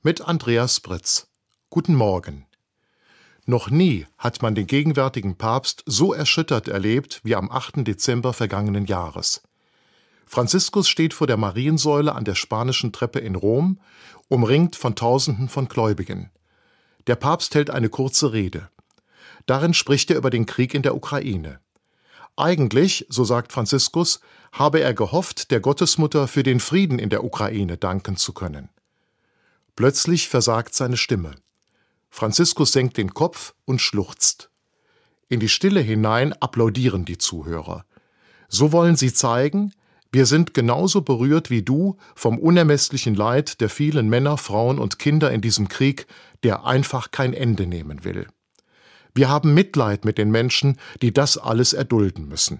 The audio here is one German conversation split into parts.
mit Andreas Britz. Guten Morgen. Noch nie hat man den gegenwärtigen Papst so erschüttert erlebt wie am 8. Dezember vergangenen Jahres. Franziskus steht vor der Mariensäule an der Spanischen Treppe in Rom, umringt von Tausenden von Gläubigen. Der Papst hält eine kurze Rede. Darin spricht er über den Krieg in der Ukraine. Eigentlich, so sagt Franziskus, habe er gehofft, der Gottesmutter für den Frieden in der Ukraine danken zu können. Plötzlich versagt seine Stimme. Franziskus senkt den Kopf und schluchzt. In die Stille hinein applaudieren die Zuhörer. So wollen sie zeigen, wir sind genauso berührt wie du vom unermesslichen Leid der vielen Männer, Frauen und Kinder in diesem Krieg, der einfach kein Ende nehmen will. Wir haben Mitleid mit den Menschen, die das alles erdulden müssen.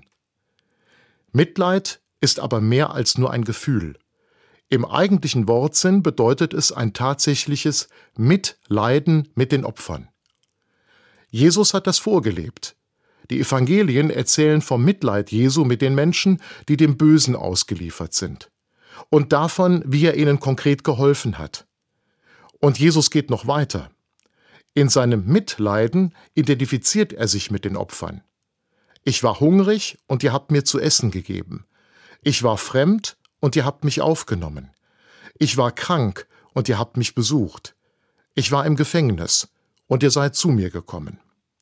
Mitleid ist aber mehr als nur ein Gefühl. Im eigentlichen Wortsinn bedeutet es ein tatsächliches Mitleiden mit den Opfern. Jesus hat das vorgelebt. Die Evangelien erzählen vom Mitleid Jesu mit den Menschen, die dem Bösen ausgeliefert sind. Und davon, wie er ihnen konkret geholfen hat. Und Jesus geht noch weiter. In seinem Mitleiden identifiziert er sich mit den Opfern. Ich war hungrig und ihr habt mir zu essen gegeben. Ich war fremd und ihr habt mich aufgenommen. Ich war krank und ihr habt mich besucht. Ich war im Gefängnis und ihr seid zu mir gekommen.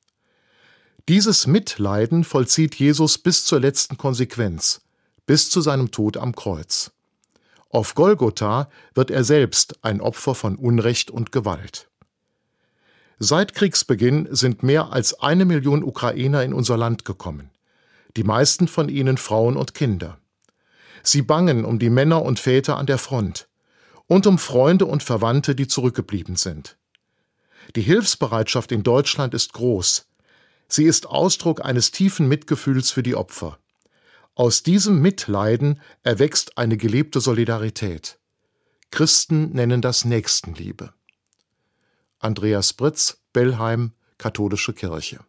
Dieses Mitleiden vollzieht Jesus bis zur letzten Konsequenz, bis zu seinem Tod am Kreuz. Auf Golgotha wird er selbst ein Opfer von Unrecht und Gewalt. Seit Kriegsbeginn sind mehr als 1 Million Ukrainer in unser Land gekommen, die meisten von ihnen Frauen und Kinder. Sie bangen um die Männer und Väter an der Front und um Freunde und Verwandte, die zurückgeblieben sind. Die Hilfsbereitschaft in Deutschland ist groß. Sie ist Ausdruck eines tiefen Mitgefühls für die Opfer. Aus diesem Mitleiden erwächst eine gelebte Solidarität. Christen nennen das Nächstenliebe. Andreas Britz, Bellheim, Katholische Kirche.